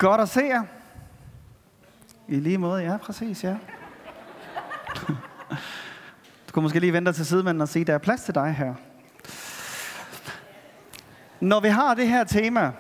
Godt at se jer. I lige måde, ja, præcis, ja. Du kunne måske lige vente til sidemanden og sige, der er plads til dig her. Når vi har det her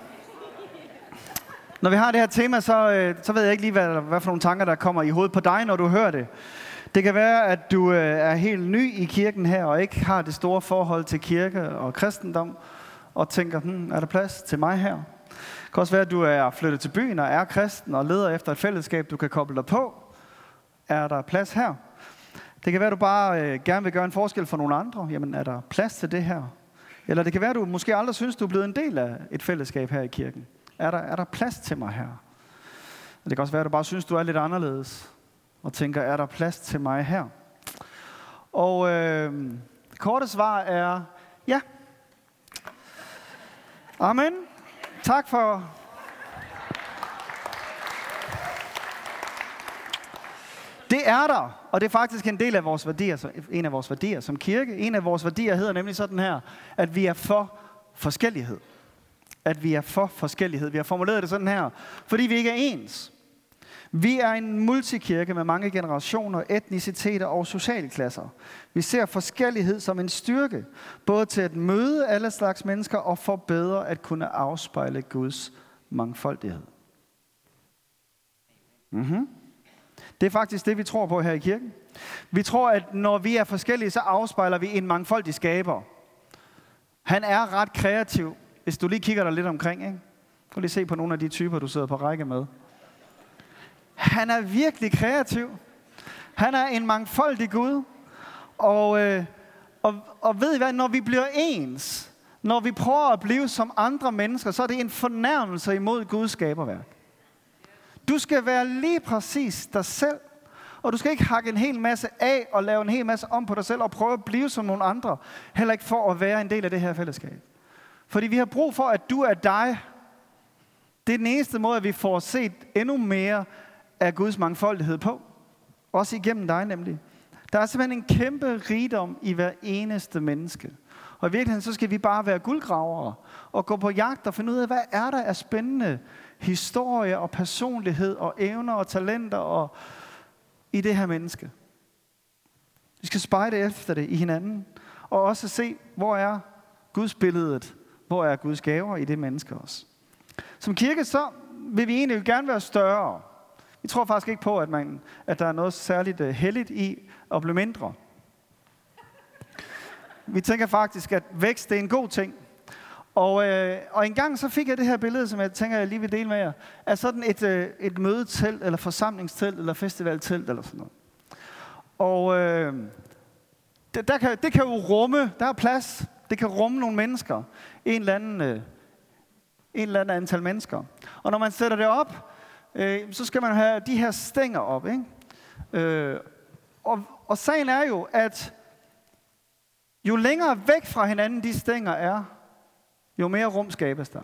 tema, så ved jeg ikke lige, hvad for nogle tanker, der kommer i hovedet på dig, når du hører det. Det kan være, at du er helt ny i kirken her, og ikke har det store forhold til kirke og kristendom, og tænker, er der plads til mig her? Det kan også være, at du er flyttet til byen og er kristen, og leder efter et fællesskab, du kan koble dig på. Er der plads her? Det kan være, at du bare gerne vil gøre en forskel for nogle andre. Jamen, er der plads til det her? Eller det kan være, at du måske aldrig synes, du er blevet en del af et fællesskab her i kirken. Er der plads til mig her? Og det kan også være, at du bare synes, du er lidt anderledes. Og tænker, er der plads til mig her? Og det korte svar er ja. Amen. Tak for... Det er der, og det er faktisk en del af vores værdier, en af vores værdier som kirke. En af vores værdier hedder nemlig sådan her, at vi er for forskellighed. At vi er for forskellighed. Vi har formuleret det sådan her, fordi vi ikke er ens. Vi er en multikirke med mange generationer, etniciteter og sociale klasser. Vi ser forskellighed som en styrke, både til at møde alle slags mennesker og for bedre at kunne afspejle Guds mangfoldighed. Det er faktisk det, vi tror på her i kirken. Vi tror, at når vi er forskellige, så afspejler vi en mangfoldig skaber. Han er ret kreativ, hvis du lige kigger dig lidt omkring. Ikke? Prøv lige se på nogle af de typer, du sidder på række med. Han er virkelig kreativ. Han er en mangfoldig Gud. Og ved I hvad, når vi bliver ens, når vi prøver at blive som andre mennesker, så er det en fornærmelse imod Guds skaberværk. Du skal være lige præcis dig selv, og du skal ikke hakke en hel masse af og lave en hel masse om på dig selv og prøve at blive som nogle andre, heller ikke for at være en del af det her fællesskab. Fordi vi har brug for, at du er dig. Det er den eneste måde, at vi får set endnu mere af Guds mangfoldighed på. Også igennem dig nemlig. Der er simpelthen en kæmpe rigdom i hver eneste menneske. Og i virkeligheden så skal vi bare være guldgravere og gå på jagt og finde ud af, hvad er der af spændende historie og personlighed og evner og talenter og i det her menneske. Vi skal spejde efter det i hinanden og også se, hvor er Guds billedet, hvor er Guds gaver i det menneske også. Som kirke så vil vi egentlig gerne være større. Vi tror faktisk ikke på, at der er noget særligt helligt i at blive mindre. Vi tænker faktisk, at vækst det er en god ting. Og engang så fik jeg det her billede, som jeg tænker, jeg lige vil dele med jer, af sådan et mødetelt, eller forsamlingstelt, eller festivaltelt, eller sådan noget. Og det kan jo rumme, der er plads, det kan rumme nogle mennesker, en eller anden antal mennesker. Og når man sætter det op, så skal man have de her stænger op, ikke? Og sagen er jo, at jo længere væk fra hinanden de stænger er, jo mere rum skabes der.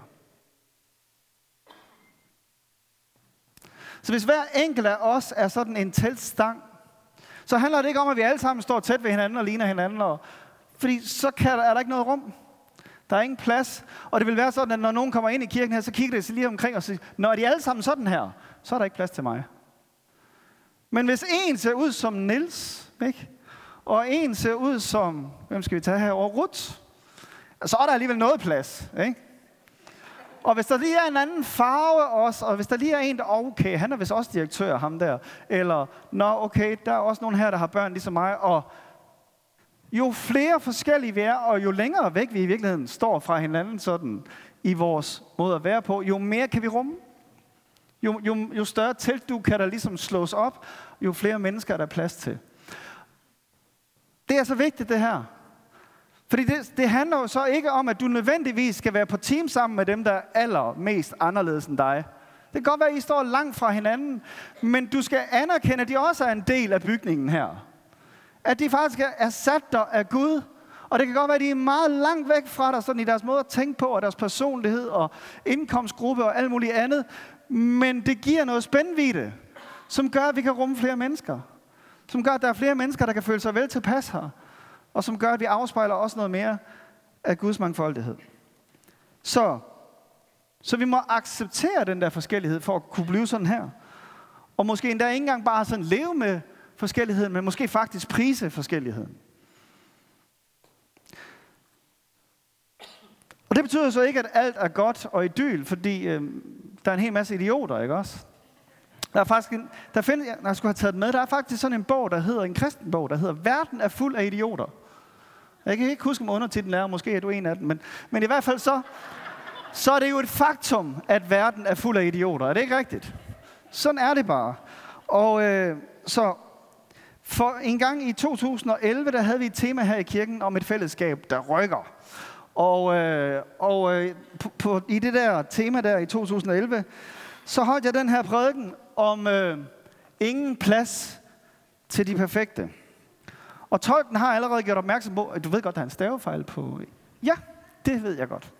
Så hvis hver enkelt af os er sådan en teltstang, så handler det ikke om, at vi alle sammen står tæt ved hinanden og ligner hinanden, fordi så er der ikke noget rum. Der er ingen plads. Og det vil være sådan, at når nogen kommer ind i kirken her, så kigger de sig lige omkring og siger, når de alle sammen sådan her, så er der ikke plads til mig. Men hvis en ser ud som Niels, ikke? Og en ser ud som, hvem skal vi tage her over, Ruth, så er der alligevel noget plads, ikke? Og hvis der lige er en anden farve også, og hvis der lige er en, der okay, han er vist også direktør, ham der, eller, okay, der er også nogen her, der har børn ligesom mig, og jo flere forskellige vi er, og jo længere væk vi i virkeligheden står fra hinanden sådan, i vores måde at være på, jo mere kan vi rumme. Jo større teltdug kan der ligesom slås op, jo flere mennesker er der plads til. Det er så vigtigt det her. Fordi det handler jo så ikke om, at du nødvendigvis skal være på team sammen med dem, der er allermest anderledes end dig. Det kan godt være, at I står langt fra hinanden, men du skal anerkende, at de også er en del af bygningen her. At de faktisk er sat der af Gud. Og det kan godt være, at de er meget langt væk fra dig, sådan i deres måde at tænke på, og deres personlighed, og indkomstgruppe og alt muligt andet. Men det giver noget spændvidde, som gør, at vi kan rumme flere mennesker. Som gør, at der er flere mennesker, der kan føle sig vel tilpas her. Og som gør, at vi afspejler også noget mere af Guds mangfoldighed. Så Så vi må acceptere den der forskellighed for at kunne blive sådan her. Og måske endda ikke engang bare sådan leve med forskelligheden, men måske faktisk prise forskelligheden. Og det betyder så ikke, at alt er godt og idyl, fordi der er en hel masse idioter, ikke også? Der er faktisk jeg skulle have taget det med, der er faktisk sådan en bog, en kristen bog, der hedder Verden er fuld af idioter. Jeg kan ikke huske, om undertitlen er, måske er du en af dem, men i hvert fald så er det jo et faktum, at verden er fuld af idioter. Er det ikke rigtigt? Sådan er det bare. Og så for en gang i 2011, der havde vi et tema her i kirken om et fællesskab, der rykker. Og i det der tema der i 2011, så holdt jeg den her prædiken om ingen plads til de perfekte. Og tolken har allerede gjort opmærksom på, at du ved godt, der er en stavefejl på. Ja, det ved jeg godt.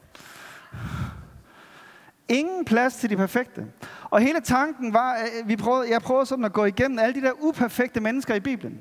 Ingen plads til de perfekte. Og hele tanken var, at jeg prøvede sådan at gå igennem alle de der uperfekte mennesker i Bibelen.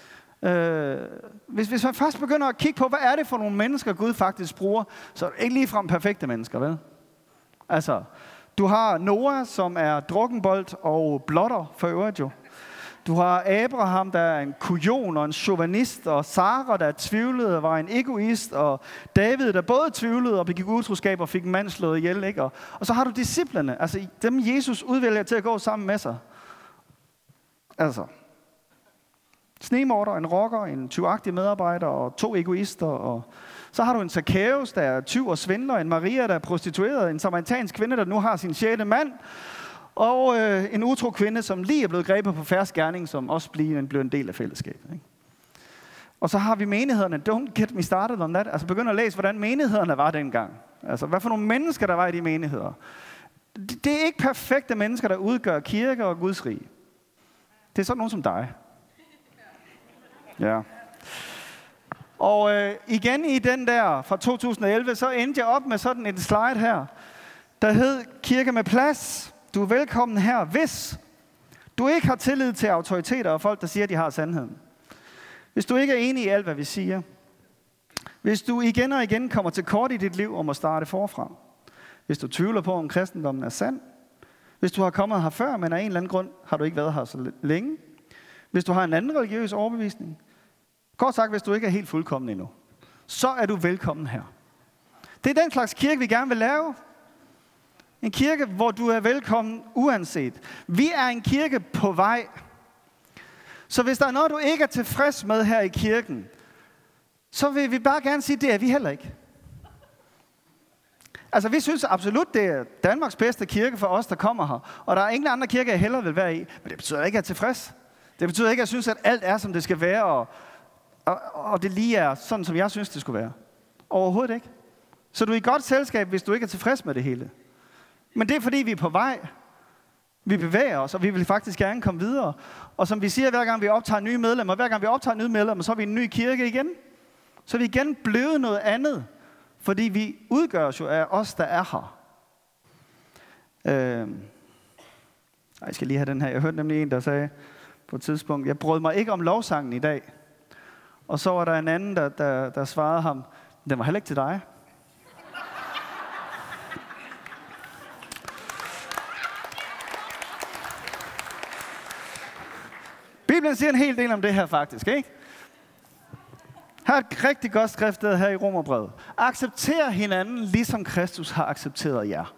Hvis man først begynder at kigge på, hvad er det for nogle mennesker, Gud faktisk bruger, så er det ikke ligefrem perfekte mennesker, vel? Altså, du har Noah, som er drukkenbold og blotter for øvrigt jo. Du har Abraham, der er en kujon og en chauvinist, og Sara, der tvivlede og var en egoist, og David, der både tvivlede og begik utroskab og fik en mand slået ihjel, ikke? Og så har du disciplene, altså dem Jesus udvælger til at gå sammen med sig. Altså, snemorder, en rocker, en tyvagtig medarbejder og 2 egoister. Og så har du en Zacchaeus, der er tyv og svindler, en Maria, der er prostitueret, en samaritansk kvinde, der nu har sin 6. mand, og en utro kvinde, som lige er blevet grebet på fersk gerning, som også blev en del af fællesskabet. Ikke? Og så har vi menighederne. Don't get me started on that. Altså begynd at læse, hvordan menighederne var dengang. Altså hvad for nogle mennesker, der var i de menigheder. Det er ikke perfekte mennesker, der udgør kirke og Guds rige. Det er sådan nogen som dig. Ja. Og igen i den der fra 2011, så endte jeg op med sådan en slide her, der hed Kirke med plads. Du er velkommen her, hvis du ikke har tillid til autoriteter og folk, der siger, at de har sandheden. Hvis du ikke er enig i alt, hvad vi siger. Hvis du igen og igen kommer til kort i dit liv og må starte forfra. Hvis du tvivler på, om kristendommen er sand. Hvis du har kommet her før, men af en eller anden grund har du ikke været her så længe. Hvis du har en anden religiøs overbevisning. Kort sagt, hvis du ikke er helt fuldkommen endnu. Så er du velkommen her. Det er den slags kirke, vi gerne vil lave. En kirke, hvor du er velkommen uanset. Vi er en kirke på vej. Så hvis der er noget, du ikke er tilfreds med her i kirken, så vil vi bare gerne sige, at det er vi heller ikke. Altså, vi synes absolut, det er Danmarks bedste kirke for os, der kommer her. Og der er ingen andre kirker, jeg hellere vil være i. Men det betyder ikke, at jeg er tilfreds. Det betyder ikke, at jeg synes, at alt er, som det skal være, og det lige er sådan, som jeg synes, det skulle være. Overhovedet ikke. Så du er i godt selskab, hvis du ikke er tilfreds med det hele. Men det er, fordi vi er på vej. Vi bevæger os, og vi vil faktisk gerne komme videre. Og som vi siger, hver gang vi optager nye medlemmer, så er vi en ny kirke igen. Så er vi igen blevet noget andet. Fordi vi udgøres jo af os, der er her. Jeg skal lige have den her. Jeg hørte nemlig en, der sagde på et tidspunkt, jeg brød mig ikke om lovsangen i dag. Og så var der en anden, der svarede ham, den var heller ikke til dig. Bibelen siger en hel del om det her faktisk, ikke? Her er et rigtig godt skriftsted her i Romerbrevet. Accepter hinanden, ligesom Kristus har accepteret jer.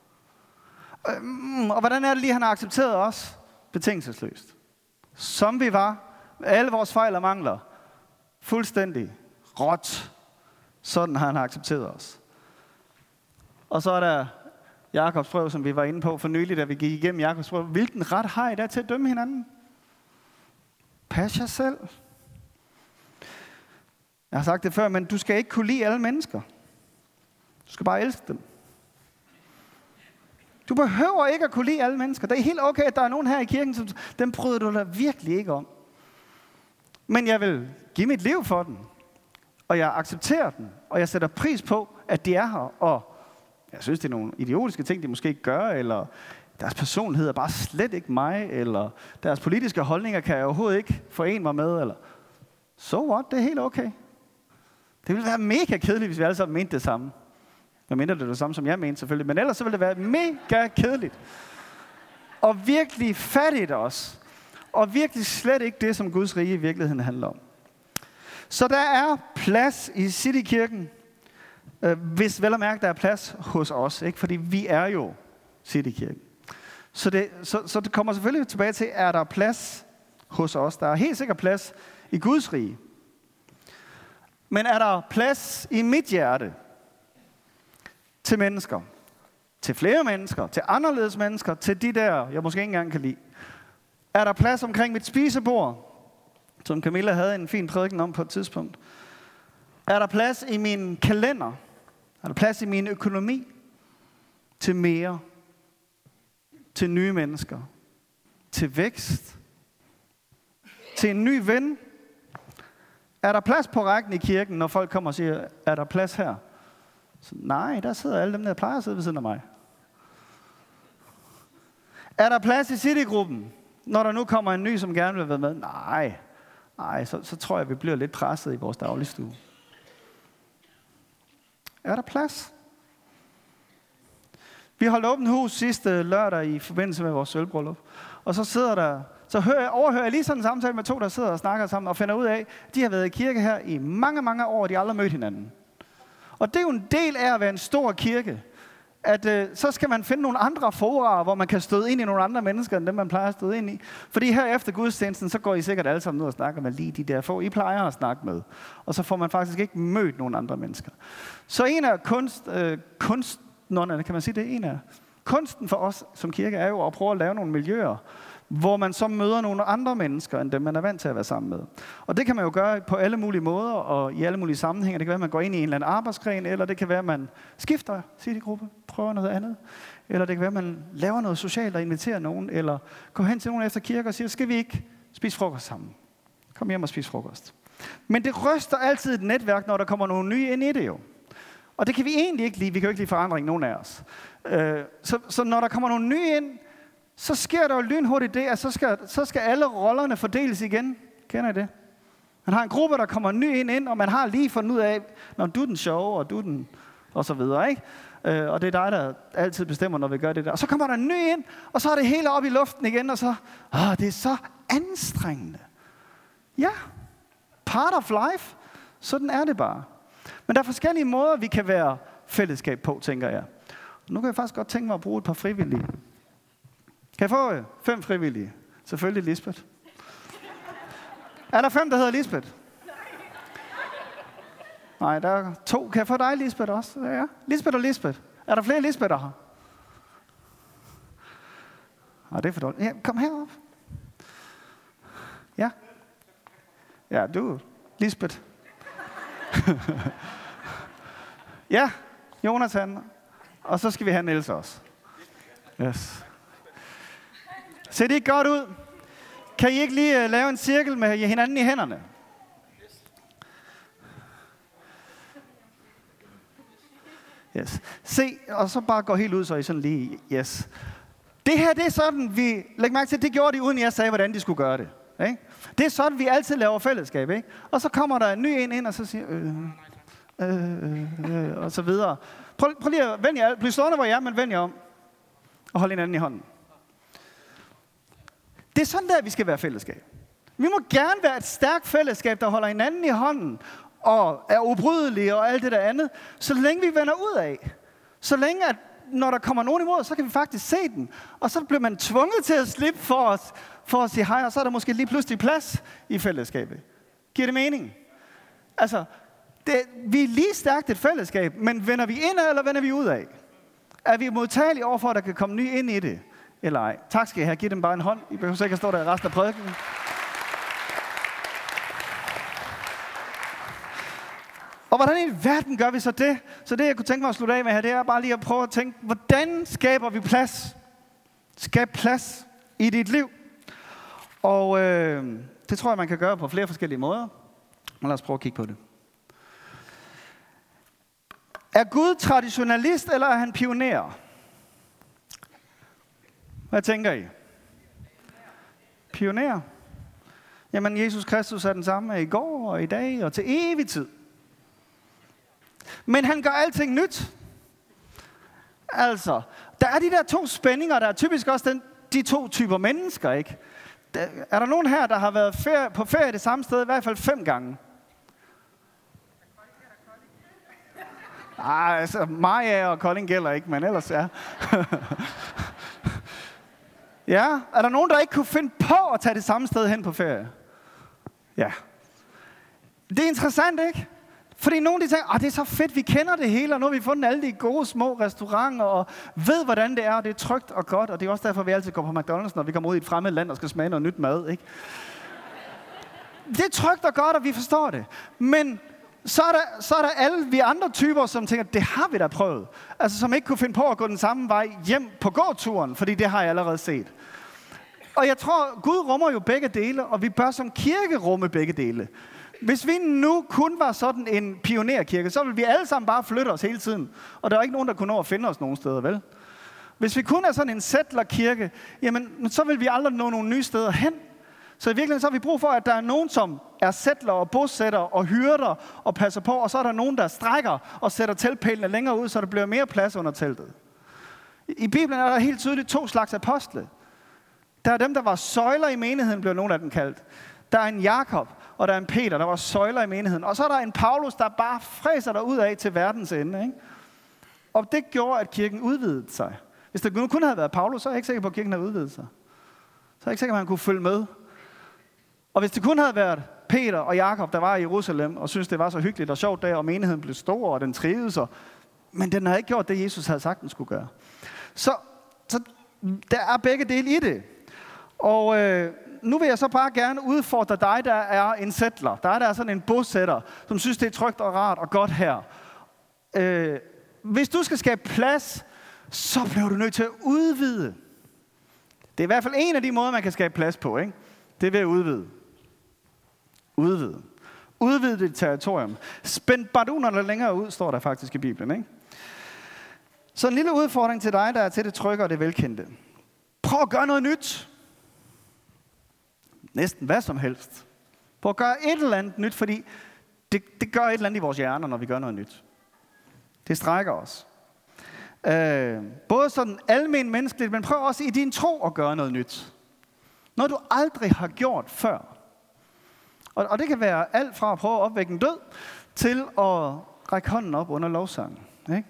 Og hvordan er det lige, han har accepteret os? Betingelsesløst. Som vi var, med alle vores fejl og mangler. Fuldstændig råt. Sådan har han accepteret os. Og så er der Jakobs brev, som vi var inde på for nylig, da vi gik igennem Jakobs brev. Hvilken ret har I da til at dømme hinanden? Pas jer selv. Jeg har sagt det før, men du skal ikke kunne lide alle mennesker. Du skal bare elske dem. Du behøver ikke at kunne lide alle mennesker. Det er helt okay, at der er nogen her i kirken, som dem bryder du dig virkelig ikke om. Men jeg vil give mit liv for den. Og jeg accepterer den. Og jeg sætter pris på, at de er her. Og jeg synes, det er nogle idiotiske ting, de måske ikke gør, eller deres personlighed er bare slet ikke mig, eller deres politiske holdninger kan jeg overhovedet ikke forene mig med, eller so what, det er helt okay. Det ville være mega kedeligt, hvis vi alle sammen mente det samme. Hvad mindre det er det samme, som jeg mente selvfølgelig. Men ellers så vil det være mega kedeligt. Og virkelig fattigt også. Og virkelig slet ikke det, som Guds rige i virkeligheden handler om. Så der er plads i Citykirken, hvis vel at mærke, der er plads hos os. Ikke? Fordi vi er jo Citykirken. Så det kommer selvfølgelig tilbage til, er der plads hos os? Der er helt sikkert plads i Guds rige. Men er der plads i mit hjerte til mennesker? Til flere mennesker? Til anderledes mennesker? Til de der, jeg måske ikke engang kan lide? Er der plads omkring mit spisebord? Som Camilla havde en fin prædiken om på et tidspunkt. Er der plads i min kalender? Er der plads i min økonomi? Til mere? Til nye mennesker? Til vækst? Til en ny ven? Er der plads på rækken i kirken, når folk kommer og siger, er der plads her? Så, nej, der sidder alle dem, der plejer at sidde ved siden af mig. Er der plads i Citygruppen, når der nu kommer en ny, som gerne vil være med? Nej, så tror jeg, vi bliver lidt presset i vores dagligstue. Er der plads? Vi holdt åbent hus sidste lørdag i forbindelse med vores sølvbryllup. Og så overhører jeg lige sådan en samtale med 2, der sidder og snakker sammen og finder ud af, at de har været i kirke her i mange, mange år, og de har aldrig mødt hinanden. Og det er jo en del af at være en stor kirke, at så skal man finde nogle andre fora, hvor man kan støde ind i nogle andre mennesker, end dem man plejer at støde ind i. Fordi her efter gudstjenesten, så går I sikkert alle sammen ud og snakker med lige de der få, I plejer at snakke med. Og så får man faktisk ikke mødt nogle andre mennesker. Så en af kunstnerne, kan man sige det, en af kunsten for os som kirke er jo at prøve at lave nogle miljøer, hvor man så møder nogle andre mennesker, end dem man er vant til at være sammen med. Og det kan man jo gøre på alle mulige måder, og i alle mulige sammenhænge. Det kan være, at man går ind i en eller anden arbejdsgren, eller det kan være, at man skifter Citygruppe, prøver noget andet. Eller det kan være, at man laver noget socialt og inviterer nogen, eller går hen til nogen efter kirke og siger, skal vi ikke spise frokost sammen? Kom hjem og spise frokost. Men det ryster altid et netværk, når der kommer nogle nye ind i det jo. Og det kan vi egentlig ikke lide. Vi kan jo ikke lide forandring, nogen af os. Så når der kommer nogle nye ind, så sker der jo lynhurtigt det, at så skal alle rollerne fordeles igen. Kender I det? Man har en gruppe, der kommer ny ind, og man har lige fundet ud af, når du er den sjove, og du er den, og så videre, ikke? Og det er dig, der altid bestemmer, når vi gør det der. Og så kommer der en ny ind, og så er det hele op i luften igen, og så, det er så anstrengende. Ja, part of life. Sådan er det bare. Men der er forskellige måder, vi kan være fællesskab på, tænker jeg. Nu kan jeg faktisk godt tænke mig at bruge et par frivillige. Kan jeg få 5 frivillige? Selvfølgelig Lisbeth. Er der 5, der hedder Lisbeth? Nej, der er 2. Kan jeg få dig, Lisbeth, også? Ja. Lisbeth og Lisbeth. Er der flere Lisbether her? Nej, det er for dårligt. Ja, kom herop. Ja. Ja, du, Lisbeth. Ja, Jonathan. Og så skal vi have Niels også. Yes. Ser det ikke godt ud? Kan I ikke lige lave en cirkel med hinanden i hænderne? Yes. Se, og så bare gå helt ud, så I sådan lige, yes. Det her, det er sådan, læg mærke til, det gjorde de, uden jeg sagde, hvordan de skulle gøre det. Ikke? Det er sådan, vi altid laver fællesskab, ikke? Og så kommer der en ny ind, og så siger, og så videre. Prøv lige at vende jer, bliv stående, hvor I er, men vend jer om. Og hold hinanden i hånden. Det er sådan der, vi skal være fællesskab. Vi må gerne være et stærkt fællesskab, der holder hinanden i hånden, og er ubrydelige og alt det der andet, så længe vi vender ud af. Så længe, at når der kommer nogen imod, så kan vi faktisk se den. Og så bliver man tvunget til at slippe for at sige hej, og så er der måske lige pludselig plads i fællesskabet. Giver det mening? Altså, vi er lige stærkt et fællesskab, men vender vi ind af, eller vender vi ud af? Er vi modtagelige overfor, at der kan komme nye ind i det? Eller ej? Tak skal I have. Giv dem bare en hånd. I behøver ikke at stå der i resten af prædiken. Og hvordan i verden gør vi så det? Så det, jeg kunne tænke mig at slutte af med her, det er bare lige at prøve at tænke, hvordan skaber vi plads? Skab plads i dit liv. Og det tror jeg, man kan gøre på flere forskellige måder. Men lad os prøve at kigge på det. Er Gud traditionalist, eller er han pioner? Hvad tænker I? Pioner? Jamen, Jesus Kristus er den samme i går og i dag og til evig tid. Men han gør alting nyt. Altså, der er de der to spændinger, der er typisk også de to typer mennesker, ikke? Er der nogen her, der har været på ferie det samme sted, i hvert fald 5 gange? Altså, Maja og Kolding gælder ikke, men ellers ja. Ja, er der nogen, der ikke kunne finde på at tage det samme sted hen på ferie? Ja. Det er interessant, ikke? Fordi nogen de tænker, det er så fedt, vi kender det hele, og nu har vi fundet alle de gode små restauranter, og ved, hvordan det er, og det er trygt og godt, og det er også derfor, vi altid går på McDonald's, når vi kommer ud i et fremmed land og skal smage noget nyt mad, ikke? Det er trygt og godt, og vi forstår det. Men så er der alle vi andre typer, som tænker, det har vi da prøvet. Altså, som ikke kunne finde på at gå den samme vej hjem på gåturen, fordi det har jeg allerede set. Og jeg tror, Gud rummer jo begge dele, og vi bør som kirke rumme begge dele. Hvis vi nu kun var sådan en pionerkirke, så ville vi alle sammen bare flytte os hele tiden. Og der er ikke nogen, der kunne nå at finde os nogen steder, vel? Hvis vi kun er sådan en settlerkirke, jamen, så vil vi aldrig nå nogle nye steder hen. Så i virkeligheden så har vi brug for, at der er nogen, som er settler og bosætter og hyrder og passer på, og så er der nogen, der strækker og sætter teltpælene længere ud, så der bliver mere plads under teltet. I Bibelen er der helt tydeligt 2 slags apostle. Der er dem, der var søjler i menigheden, blev nogen af dem kaldt. Der er en Jakob, og der er en Peter, der var søjler i menigheden. Og så er der en Paulus, der bare fræser der ud af til verdens ende. Ikke? Og det gjorde, at kirken udvidede sig. Hvis der nu kun havde været Paulus, så er jeg ikke sikker på, at kirken havde udvidet sig. Så er jeg ikke sikker på, at han kunne følge med. Og hvis det kun havde været Peter og Jakob, der var i Jerusalem, og syntes, det var så hyggeligt og sjovt der, og menigheden blev stor, og den trivedes, men den havde ikke gjort det, Jesus havde sagt, den skulle gøre. Så der er begge dele i det. Og nu vil jeg så bare gerne udfordre dig, der er en settler. Der er sådan en bosætter, som synes, det er trygt og rart og godt her. Hvis du skal skabe plads, så bliver du nødt til at udvide. Det er i hvert fald en af de måder, man kan skabe plads på, ikke? Det er ved at udvide. Udvide dit territorium. Spænd bardunerne længere ud, står der faktisk i Bibelen, ikke? Så en lille udfordring til dig, der er til det trygge og det velkendte. Prøv at gøre noget nyt. Næsten hvad som helst. Prøv at gøre et eller andet nyt, fordi det gør et eller andet i vores hjerner, når vi gør noget nyt. Det strækker os. Både sådan almen menneskeligt, men prøv også i din tro at gøre noget nyt. Noget du aldrig har gjort før. Og det kan være alt fra at prøve at opvække en død, til at række hånden op under lovsangen. Ikke?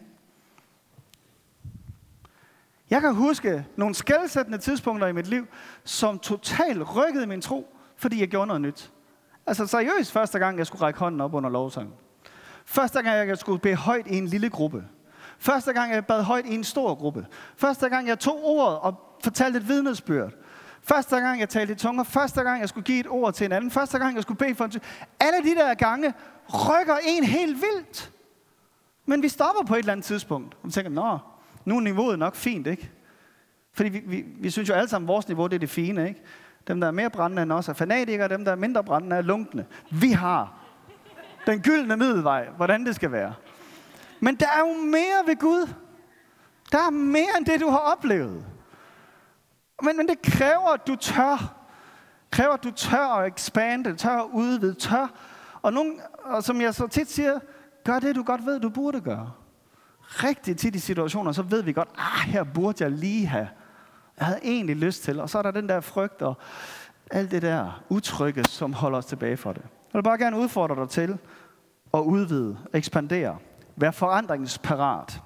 Jeg kan huske nogle skelsættende tidspunkter i mit liv, som totalt rykkede min tro, fordi jeg gjorde noget nyt. Altså seriøst første gang, jeg skulle række hånden op under lovsangen. Første gang, jeg skulle bede højt i en lille gruppe. Første gang, jeg bad højt i en stor gruppe. Første gang, jeg tog ordet og fortalte et vidnesbyrd. Første gang, jeg talte i tunger. Første gang, jeg skulle give et ord til en anden. Første gang, jeg skulle bede for en alle de der gange rykker en helt vildt. Men vi stopper på et eller andet tidspunkt. Og vi tænker, nu er niveauet nok fint, ikke? Fordi vi synes jo alle sammen, at vores niveau det er det fine, ikke? Dem, der er mere brændende end os, er fanatikere. Dem, der er mindre brændende, er lunkne. Vi har den gyldne middelvej, hvordan det skal være. Men der er jo mere ved Gud. Der er mere end det, du har oplevet. Men det kræver, at du tør. Kræver, at du tør at expande, tør at udvide, tør. Og som jeg så tit siger, gør det, du godt ved, du burde gøre. Rigtig tit i situationer, så ved vi godt, her burde jeg lige have. Jeg havde egentlig lyst til. Og så er der den der frygt og alt det der utrygge, som holder os tilbage for det. Jeg vil bare gerne udfordre dig til at udvide, ekspandere. Vær forandringsparat.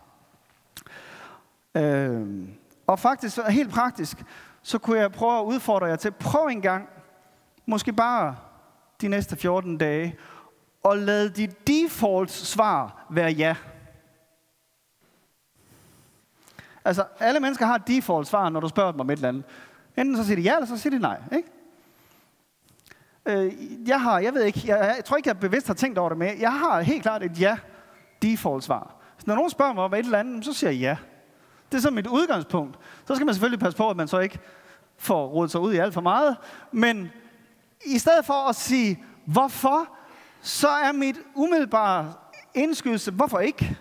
Og faktisk, helt praktisk, så kunne jeg prøve at udfordre jer til, prøv en gang, måske bare de næste 14 dage, og lad dit default svar være ja. Altså, alle mennesker har et default svar, når du spørger dem om et eller andet. Enten så siger de ja, eller så siger de nej, ikke? Jeg tror ikke, jeg bevidst har tænkt over det, men jeg har helt klart et ja default svar. Så når nogen spørger mig om et eller andet, så siger jeg ja. Det er så mit udgangspunkt. Så skal man selvfølgelig passe på, at man så ikke får rodet sig ud i alt for meget. Men i stedet for at sige, hvorfor, så er mit umiddelbare indskydelse, hvorfor ikke?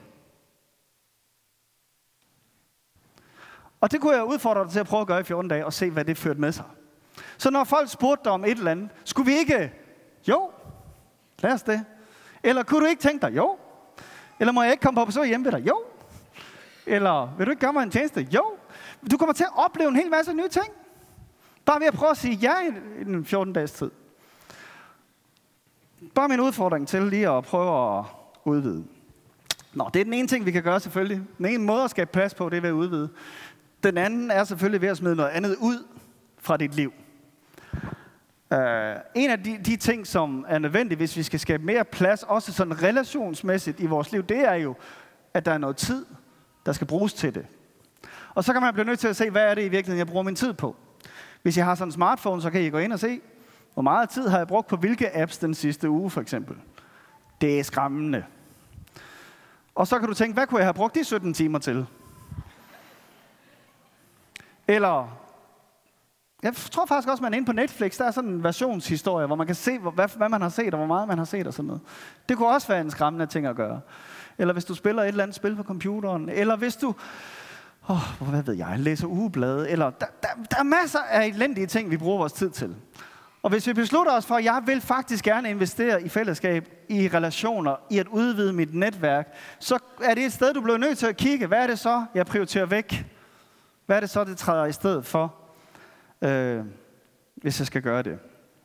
Og det kunne jeg udfordre dig til at prøve at gøre i 14 dage, og se, hvad det førte med sig. Så når folk spurgte dig om et eller andet, skulle vi ikke, jo, lad os det. Eller kunne du ikke tænke dig, jo. Eller må jeg ikke komme på besøg hjemme ved dig, jo. Eller, vil du ikke gøre mig en tjeneste? Jo, du kommer til at opleve en hel masse nye ting. Bare ved at prøve at sige ja i en 14-dages tid. Bare min udfordring til lige at prøve at udvide. Nå, det er den ene ting, vi kan gøre selvfølgelig. Den ene måde at skabe plads på, det er ved at udvide. Den anden er selvfølgelig ved at smide noget andet ud fra dit liv. En af de ting, som er nødvendigt, hvis vi skal skabe mere plads, også sådan relationsmæssigt i vores liv, det er jo, at der er noget tid, der skal bruges til det. Og så kan man blive nødt til at se, hvad er det i virkeligheden, jeg bruger min tid på. Hvis jeg har sådan en smartphone, så kan I gå ind og se, hvor meget tid har jeg brugt på hvilke apps den sidste uge, for eksempel. Det er skræmmende. Og så kan du tænke, hvad kunne jeg have brugt de 17 timer til? Eller, jeg tror faktisk også, man er inde på Netflix, der er sådan en versionshistorie, hvor man kan se, hvad man har set, og hvor meget man har set og sådan noget. Det kunne også være en skræmmende ting at gøre. Eller hvis du spiller et eller andet spil på computeren, eller hvis du, hvad ved jeg, læser ugeblade, eller der er masser af elendige ting, vi bruger vores tid til. Og hvis vi beslutter os for, at jeg vil faktisk gerne investere i fællesskab, i relationer, i at udvide mit netværk, så er det et sted, du bliver nødt til at kigge. Hvad er det så, jeg prioriterer væk? Hvad er det så, det træder i stedet for, hvis jeg skal gøre det?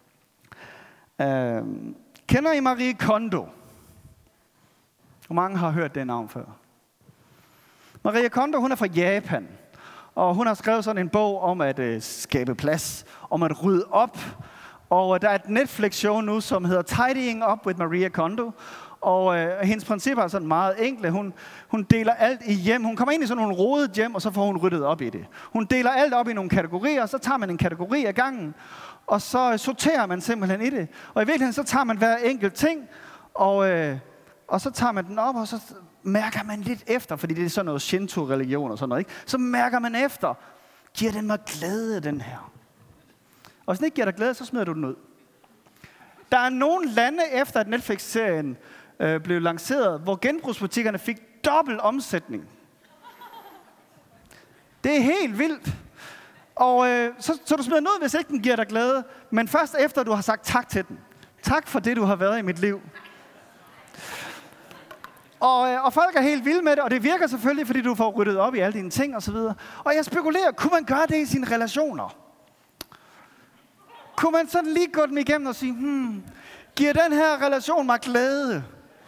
Kender I Marie Kondo? Hvor mange har hørt det navn før? Marie Kondo, hun er fra Japan. Og hun har skrevet sådan en bog om at skabe plads, om at rydde op. Og der er et Netflix-show nu, som hedder Tidying Up with Marie Kondo. Og hendes principper er sådan meget enkle. Hun deler alt i hjem. Hun kommer ind i sådan nogle rodede hjem, og så får hun ryddet op i det. Hun deler alt op i nogle kategorier, og så tager man en kategori ad gangen, og så sorterer man simpelthen i det. Og i virkeligheden, så tager man hver enkelt ting, og så tager man den op, og så mærker man lidt efter, fordi det er sådan noget Shinto-religion og sådan noget, ikke? Så mærker man efter, giver den mig glæde, den her? Og hvis den ikke giver dig glæde, så smider du den ud. Der er nogle lande efter, at Netflix-serien blev lanceret, hvor genbrugsbutikkerne fik dobbelt omsætning. Det er helt vildt. Og så du smider den ud, hvis ikke den giver dig glæde, men først efter, du har sagt tak til den. Tak for det, du har været i mit liv. Og folk er helt vilde med det, og det virker selvfølgelig, fordi du får ryddet op i alle dine ting og så videre. Og jeg spekulerer, kunne man gøre det i sine relationer? Kunne man sådan lige gå dem igennem og sige, giver den her relation mig glæde?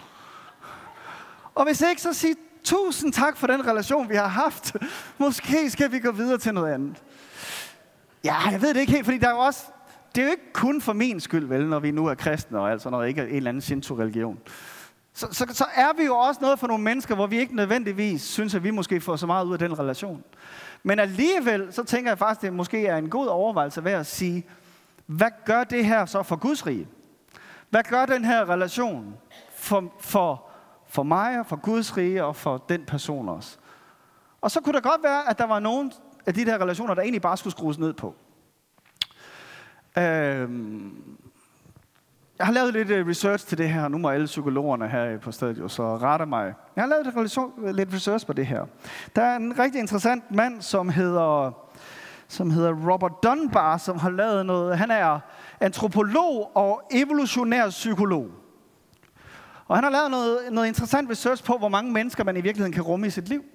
Og hvis ikke, så sig tusind tak for den relation, vi har haft. Måske skal vi gå videre til noget andet. Ja, jeg ved det ikke helt, fordi der er jo også, det er jo ikke kun for min skyld, vel, når vi nu er kristne og altså noget, ikke en eller anden Shinto-religion. Så er vi jo også noget for nogle mennesker, hvor vi ikke nødvendigvis synes, at vi måske får så meget ud af den relation. Men alligevel, så tænker jeg faktisk, at det måske er en god overvejelse ved at sige, hvad gør det her så for Guds rige? Hvad gør den her relation for mig og for Guds rige og for den person også? Og så kunne det godt være, at der var nogle af de der relationer, der egentlig bare skulle skrues ned på. Jeg har lavet lidt research til det her. Nu må alle psykologerne her på stedet jo så rette mig. Jeg har lavet lidt research på det her. Der er en rigtig interessant mand, som hedder Robert Dunbar, som har lavet noget. Han er antropolog og evolutionær psykolog. Og han har lavet noget interessant research på, hvor mange mennesker man i virkeligheden kan rumme i sit liv.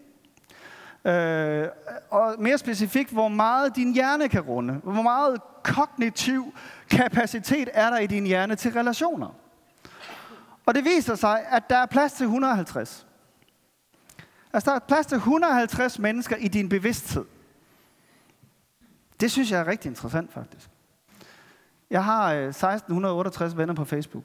Og mere specifikt, hvor meget din hjerne kan runde. Hvor meget kognitiv kapacitet er der i din hjerne til relationer. Og det viser sig, at der er plads til 150. Altså der er plads til 150 mennesker i din bevidsthed. Det synes jeg er rigtig interessant, faktisk. Jeg har 1668 venner på Facebook.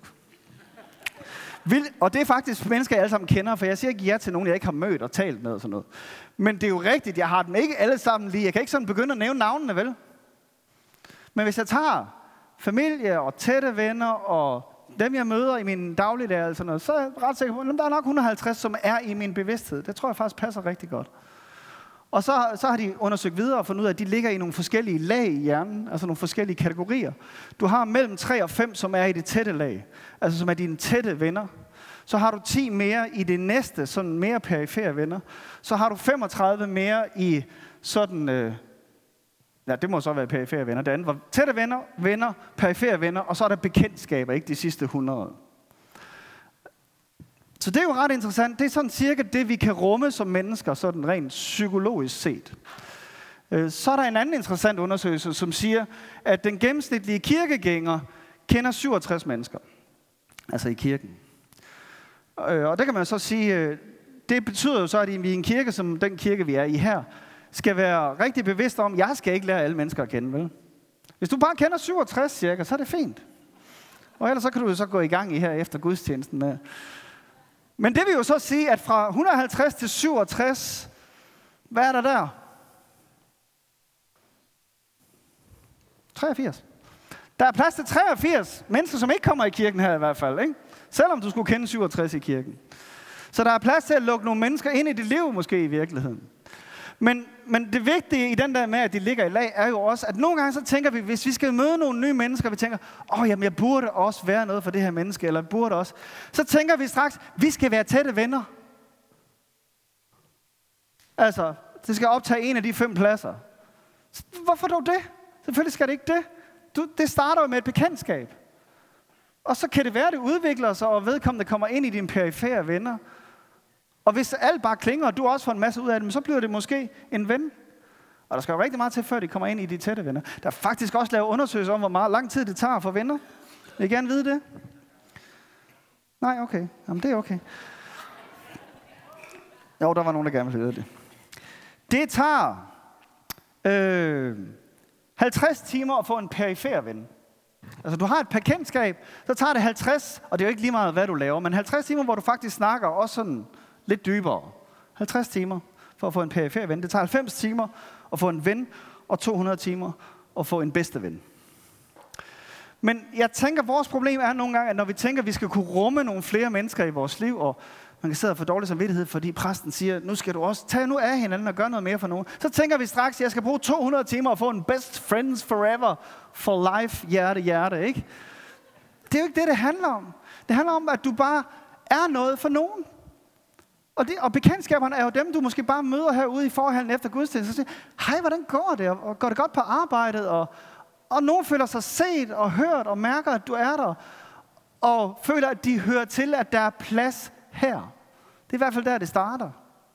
Og det er faktisk mennesker, jeg alle sammen kender, for jeg siger ikke ja til nogen, jeg ikke har mødt og talt med og sådan noget. Men det er jo rigtigt, jeg har dem ikke alle sammen lige. Jeg kan ikke sådan begynde at nævne navnene, vel? Men hvis jeg tager familie og tætte venner og dem, jeg møder i min dagligdag og sådan noget, så er jeg ret sikker på, at der er nok 150, som er i min bevidsthed. Det tror jeg faktisk passer rigtig godt. Og så har de undersøgt videre og fundet ud af, at de ligger i nogle forskellige lag i hjernen, altså nogle forskellige kategorier. Du har mellem 3 og 5, som er i det tætte lag, altså som er dine tætte venner. Så har du 10 mere i det næste, sådan mere perifere venner. Så har du 35 mere i sådan, det må så være perifere venner. Det andet var tætte venner, perifere venner, og så er der bekendtskaber, ikke de sidste 100. Så det er jo ret interessant. Det er sådan cirka det, vi kan rumme som mennesker, sådan rent psykologisk set. Så er der en anden interessant undersøgelse, som siger, at den gennemsnitlige kirkegænger kender 67 mennesker. Altså i kirken. Og det kan man så sige, det betyder jo så, at vi i en kirke, som den kirke, vi er i her, skal være rigtig bevidst om, at jeg skal ikke lære alle mennesker at kende, vel? Hvis du bare kender 67 cirka, så er det fint. Og ellers så kan du jo så gå i gang i her efter gudstjenesten med. Men det vil jo så sige, at fra 150 til 67, hvad er der der? 83. Der er plads til 83 mennesker, som ikke kommer i kirken her i hvert fald, ikke? Selvom du skulle kende 67 i kirken. Så der er plads til at lukke nogle mennesker ind i dit liv, måske i virkeligheden. Men det vigtige i den der med, at de ligger i lag, er jo også, at nogle gange så tænker vi, hvis vi skal møde nogle nye mennesker, vi tænker, jamen jeg burde også være noget for det her menneske, eller burde også. Så tænker vi straks, vi skal være tætte venner. Altså, det skal optage en af de 5 pladser. Hvorfor dog det? Selvfølgelig skal det ikke det. Det starter jo med et bekendtskab. Og så kan det være, at det udvikler sig, og vedkommende kommer ind i dine perifære venner. Og hvis alt bare klinger, og du også får en masse ud af det, så bliver det måske en ven. Og der skal jo rigtig meget til, før de kommer ind i de tætte venner. Der er faktisk også lavet undersøgelser om, hvor meget lang tid det tager at få venner. Vil I gerne vide det? Nej, okay. Jamen, det er okay. Jo, der var nogen, der gerne ville vide det. Det tager 50 timer at få en perifær ven. Altså, du har et bekendtskab, så tager det 50, og det er jo ikke lige meget, hvad du laver, men 50 timer, hvor du faktisk snakker også sådan lidt dybere. 50 timer for at få en perifær ven. Det tager 90 timer at få en ven, og 200 timer at få en bedste ven. Men jeg tænker, vores problem er nogle gange, at når vi tænker, at vi skal kunne rumme nogle flere mennesker i vores liv, og man kan sidde og få dårlig samvittighed, fordi præsten siger, nu skal du også tage nu af hinanden og gøre noget mere for nogen. Så tænker vi straks, at jeg skal bruge 200 timer og få en best friends forever, for life, hjerte, ikke? Det er jo ikke det handler om. Det handler om, at du bare er noget for nogen. Og bekendtskaberne er jo dem, du måske bare møder herude i forhallen efter gudstjenesten. Så siger, hej, hvordan går det? Og går det godt på arbejdet? Og nogen føler sig set og hørt og mærker, at du er der. Og føler, at de hører til, at der er plads her. Det er i hvert fald der, det starter.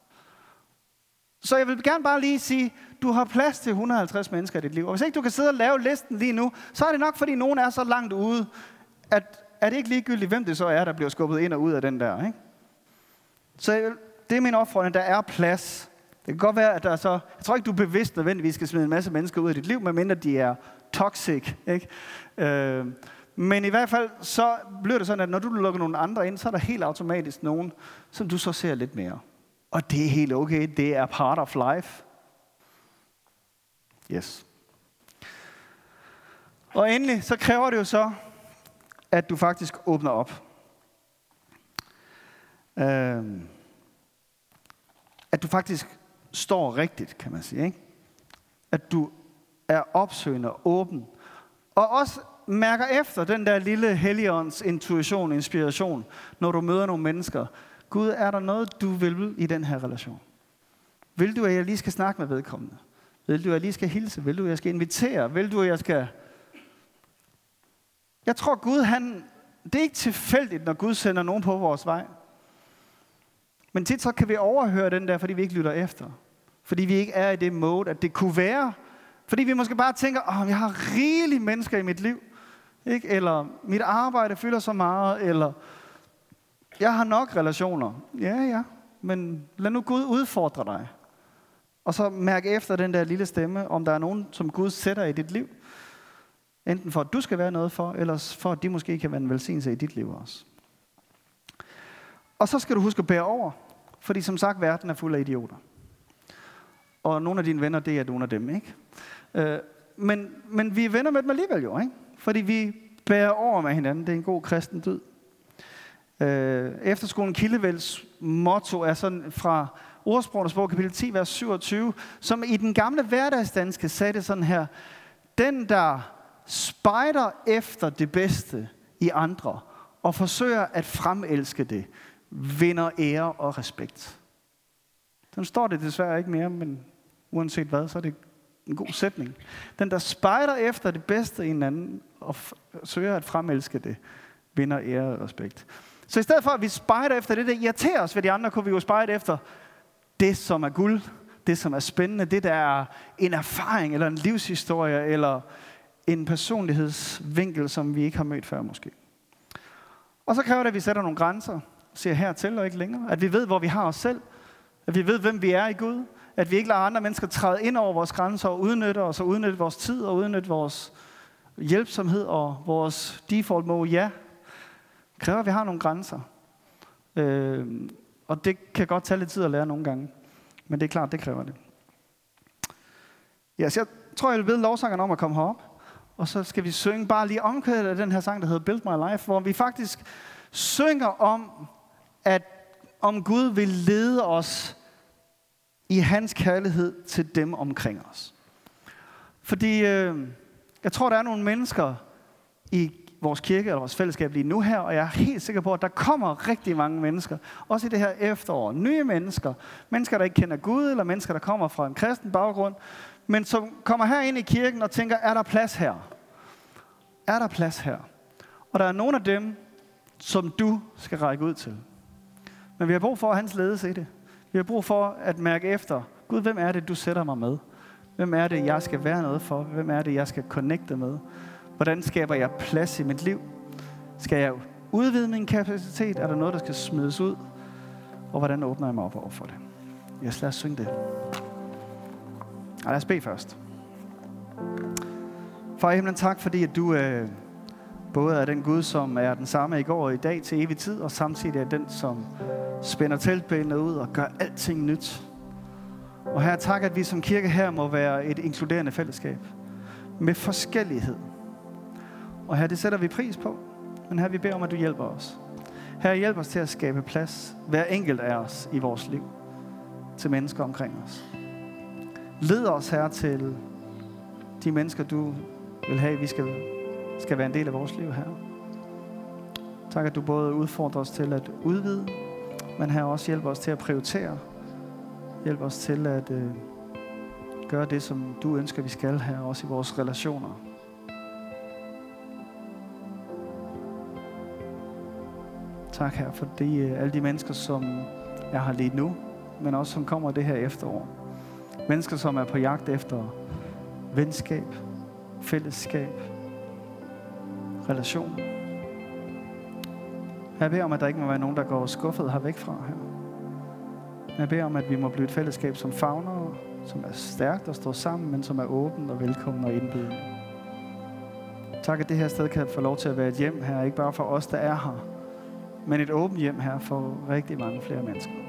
Så jeg vil gerne bare lige sige, du har plads til 150 mennesker i dit liv. Og hvis ikke du kan sidde og lave listen lige nu, så er det nok, fordi nogen er så langt ude, at er det ikke ligegyldigt, hvem det så er, der bliver skubbet ind og ud af den der, ikke? Så det er min opfordring, der er plads. Det kan godt være, at der er så... Jeg tror ikke, du er bevidst nødvendigvis skal smide en masse mennesker ud af dit liv, medmindre de er toxic, ikke? Men i hvert fald, så bliver det sådan, at når du lukker nogle andre ind, så er der helt automatisk nogen, som du så ser lidt mere. Og det er helt okay. Det er part of life. Yes. Og endelig, så kræver det jo så, at du faktisk åbner op. At du faktisk står rigtigt, kan man sige, ikke? At du er opsøgende, åben. Og også mærker efter den der lille helligånds intuition, inspiration, når du møder nogle mennesker. Gud, er der noget, du vil i den her relation? Vil du, at jeg lige skal snakke med vedkommende? Vil du, at jeg lige skal hilse? Vil du, at jeg skal invitere? Vil du, at jeg skal... Jeg tror, Gud, det er ikke tilfældigt, når Gud sender nogen på vores vej. Men tit så kan vi overhøre den der, fordi vi ikke lytter efter. Fordi vi ikke er i det mode, at det kunne være. Fordi vi måske bare tænker, jeg har rigeligt mennesker i mit liv. Ikke? Eller mit arbejde fylder så meget. Eller jeg har nok relationer. Ja, men lad nu Gud udfordre dig. Og så mærk efter den der lille stemme, om der er nogen, som Gud sætter i dit liv. Enten for, at du skal være noget for, eller for, at de måske kan være en velsignelse i dit liv også. Og så skal du huske at bære over. Fordi som sagt, verden er fuld af idioter. Og nogle af dine venner, det er nogle af dem, ikke? Men vi er venner med dem alligevel jo, ikke? Fordi vi bærer over med hinanden. Det er en god kristen dyd. Efterskolen Kildevælds motto er sådan fra Ordsprogenes bog, kapitel 10, vers 27, som i den gamle hverdagsdanske sagde det sådan her: den, der spejder efter det bedste i andre og forsøger at fremelske det, vinder ære og respekt. Den står det desværre ikke mere, men uanset hvad, så er det en god sætning. Den, der spejder efter det bedste i en anden og søger at fremelske det, vinder ære og respekt. Så i stedet for, at vi spejder efter det, der irriterer os ved de andre, kunne vi jo spejde efter det, som er guld, det, som er spændende, det, der er en erfaring, eller en livshistorie, eller en personlighedsvinkel, som vi ikke har mødt før måske. Og så kræver det, at vi sætter nogle grænser, siger hertil og ikke længere. At vi ved, hvor vi har os selv. At vi ved, hvem vi er i Gud. At vi ikke lader andre mennesker træde ind over vores grænser og udnytte os, og udnytte vores tid, og udnytte vores hjælpsomhed og vores default mode. Ja, det kræver, at vi har nogle grænser. Og det kan godt tage lidt tid at lære nogle gange. Men det er klart, det kræver det. Ja, så jeg tror, jeg vil bede lovsangeren om at komme herop. Og så skal vi synge bare lige omkvædet af den her sang, der hedder Build My Life, hvor vi faktisk synger om Gud vil lede os i hans kærlighed til dem omkring os. Fordi jeg tror, der er nogle mennesker i vores kirke eller vores fællesskab lige nu her, og jeg er helt sikker på, at der kommer rigtig mange mennesker, også i det her efterår. Nye mennesker, mennesker, der ikke kender Gud, eller mennesker, der kommer fra en kristen baggrund, men som kommer her ind i kirken og tænker, er der plads her? Er der plads her? Og der er nogle af dem, som du skal række ud til. Men vi har brug for at hans ledelse i det. Vi har brug for at mærke efter, Gud, hvem er det, du sætter mig med? Hvem er det, jeg skal være noget for? Hvem er det, jeg skal connecte med? Hvordan skaber jeg plads i mit liv? Skal jeg udvide min kapacitet? Er der noget, der skal smides ud? Og hvordan åbner jeg mig op over for det? Yes, lad os synge det. Og lad os bede først. Far i himlen, tak fordi at du både er den Gud, som er den samme i går og i dag til evig tid, og samtidig er den, som spænder teltbælene ud og gør alting nyt. Og her tak, at vi som kirke her må være et inkluderende fællesskab med forskellighed. Og her det sætter vi pris på, men her vi beder om, at du hjælper os. Her hjælp os til at skabe plads, hver enkelt af os i vores liv, til mennesker omkring os. Led os her til de mennesker, du vil have, vi skal være en del af vores liv her. Tak, at du både udfordrer os til at udvide, men her også hjælper os til at prioritere. Hjælp os til at gøre det, som du ønsker, vi skal her, også i vores relationer. Tak her for alle de mennesker, som er her lige nu, men også som kommer det her efterår. Mennesker, som er på jagt efter venskab, fællesskab, relation. Jeg beder om, at der ikke må være nogen, der går skuffet hervæk fra her. Jeg beder om, at vi må blive et fællesskab, som favner, som er stærkt og står sammen, men som er åbent og velkommen og indbydende. Tak, at det her sted kan få lov til at være et hjem her, ikke bare for os, der er her, men et åbent hjem her for rigtig mange flere mennesker.